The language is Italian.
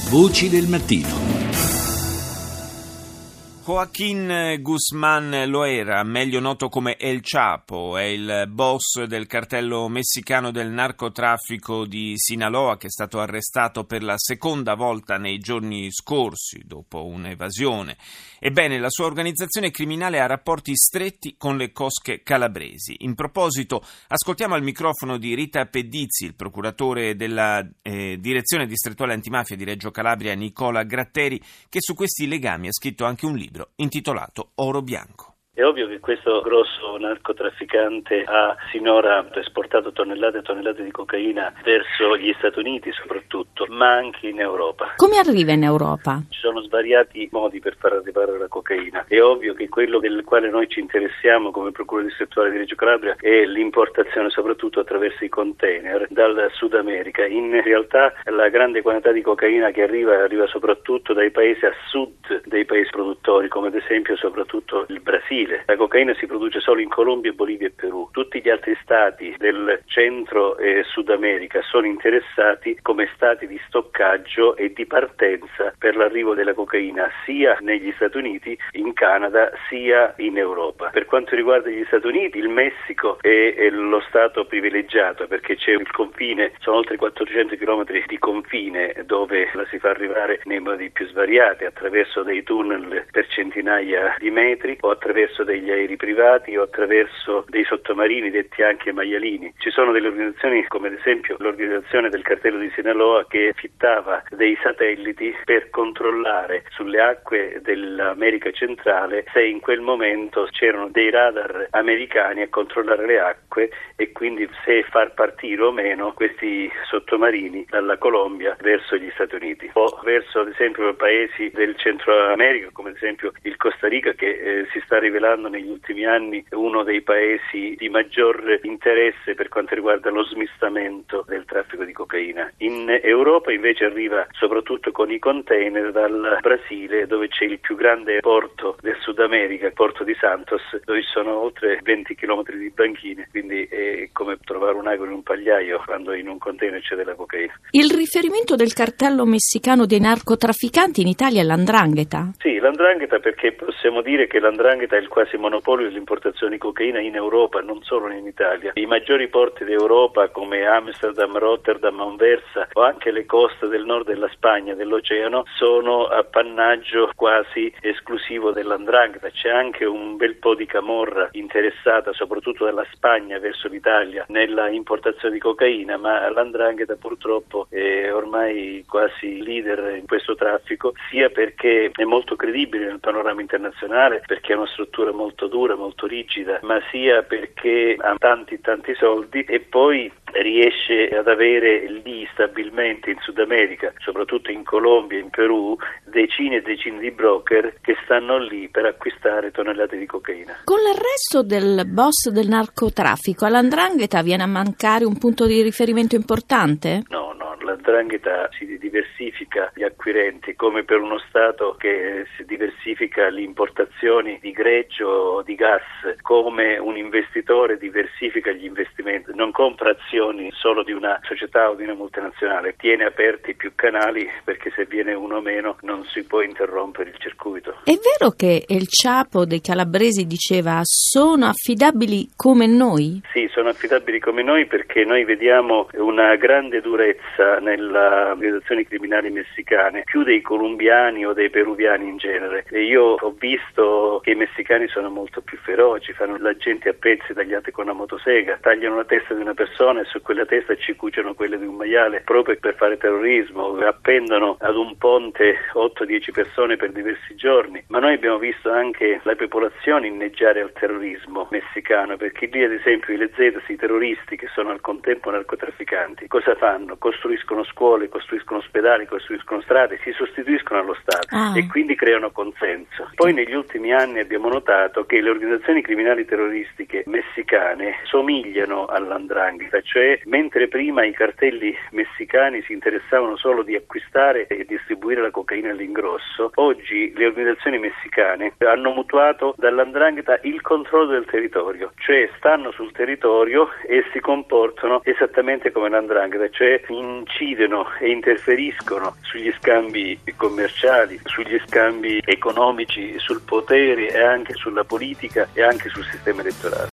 Voci del mattino. Joaquín Guzmán Loera, meglio noto come El Chapo, è il boss del cartello messicano del narcotraffico di Sinaloa, che è stato arrestato per la seconda volta nei giorni scorsi dopo un'evasione. Ebbene, la sua organizzazione criminale ha rapporti stretti con le cosche calabresi. In proposito, ascoltiamo al microfono di Rita Pedizzi, il procuratore della Direzione Distrettuale Antimafia di Reggio Calabria, Nicola Gratteri, che su questi legami ha scritto anche un libro intitolato Oro Bianco. È ovvio che questo grosso narcotrafficante ha sinora esportato tonnellate e tonnellate di cocaina verso gli Stati Uniti soprattutto, ma anche in Europa. Come arriva in Europa? Ci sono svariati modi per far arrivare la cocaina. È ovvio che quello del quale noi ci interessiamo come Procura Distrettuale di Reggio Calabria è l'importazione soprattutto attraverso i container dal Sud America. In realtà la grande quantità di cocaina che arriva soprattutto dai paesi a sud dei paesi produttori, come ad esempio soprattutto il Brasile. La cocaina si produce solo in Colombia, Bolivia e Perù. Tutti gli altri stati del Centro e Sud America sono interessati come stati di stoccaggio e di partenza per l'arrivo della cocaina sia negli Stati Uniti, in Canada, sia in Europa. Per quanto riguarda gli Stati Uniti, il Messico è lo stato privilegiato perché c'è il confine, sono oltre 400 chilometri di confine dove la si fa arrivare nei modi più svariati, attraverso dei tunnel per centinaia di metri o attraverso degli aerei privati o attraverso dei sottomarini detti anche maialini. Ci sono delle organizzazioni come ad esempio l'organizzazione del cartello di Sinaloa che fittava dei satelliti per controllare sulle acque dell'America centrale se in quel momento c'erano dei radar americani a controllare le acque e quindi se far partire o meno questi sottomarini dalla Colombia verso gli Stati Uniti o verso ad esempio paesi del Centro America come ad esempio il Costa Rica che si sta rivelando negli ultimi anni uno dei paesi di maggior interesse per quanto riguarda lo smistamento del traffico di cocaina. In Europa invece arriva soprattutto con i container dal Brasile, dove c'è il più grande porto del Sud America, il porto di Santos, dove ci sono oltre 20 chilometri di banchine, quindi è come trovare un ago in un pagliaio quando in un container c'è della cocaina. Il riferimento del cartello messicano dei narcotrafficanti in Italia è l''ndrangheta? Sì, l''ndrangheta perché possiamo dire che l''ndrangheta è il quasi monopolio dell'importazione di cocaina in Europa, non solo in Italia. I maggiori porti d'Europa come Amsterdam, Rotterdam, Anversa o anche le coste del nord della Spagna, dell'oceano, sono appannaggio quasi esclusivo dell''ndrangheta. C'è anche un bel po' di camorra interessata soprattutto dalla Spagna verso l'Italia nella importazione di cocaina, ma l''ndrangheta purtroppo è ormai quasi leader in questo traffico, sia perché è molto credibile nel panorama internazionale, perché è una struttura molto dura, molto rigida, ma sia perché ha tanti soldi e poi riesce ad avere lì stabilmente in Sud America, soprattutto in Colombia e in Perù, decine e decine di broker che stanno lì per acquistare tonnellate di cocaina. Con l'arresto del boss del narcotraffico, all''ndrangheta viene a mancare un punto di riferimento importante? No. L''ndrangheta si diversifica gli acquirenti come per uno Stato che si diversifica le importazioni di greggio o di gas, come un investitore diversifica gli investimenti, non compra azioni solo di una società o di una multinazionale, tiene aperti più canali perché se viene uno meno non si può interrompere il circuito. È vero che El Chapo dei calabresi diceva sono affidabili come noi? Sì, sono affidabili come noi perché noi vediamo una grande durezza nelle organizzazioni criminali messicane, più dei colombiani o dei peruviani in genere. E io ho visto che i messicani sono molto più feroci, fanno la gente a pezzi tagliate con una motosega, tagliano la testa di una persona e su quella testa ci cuciono quelle di un maiale proprio per fare terrorismo, appendono ad un ponte 8-10 persone per diversi giorni. Ma noi abbiamo visto anche la popolazione inneggiare al terrorismo messicano, perché lì ad esempio le Zetas, i terroristi che sono al contempo narcotrafficanti, cosa fanno? Costruiscono scuole, costruiscono ospedali, costruiscono strade, si sostituiscono allo Stato e quindi creano consenso. Poi negli ultimi anni abbiamo notato che le organizzazioni criminali terroristiche messicane somigliano all''ndrangheta, cioè mentre prima i cartelli messicani si interessavano solo di acquistare e distribuire la cocaina all'ingrosso, oggi le organizzazioni messicane hanno mutuato dall''ndrangheta il controllo del territorio, cioè stanno sul territorio territorio e si comportano esattamente come l''ndrangheta, cioè incidono e interferiscono sugli scambi commerciali, sugli scambi economici, sul potere e anche sulla politica e anche sul sistema elettorale.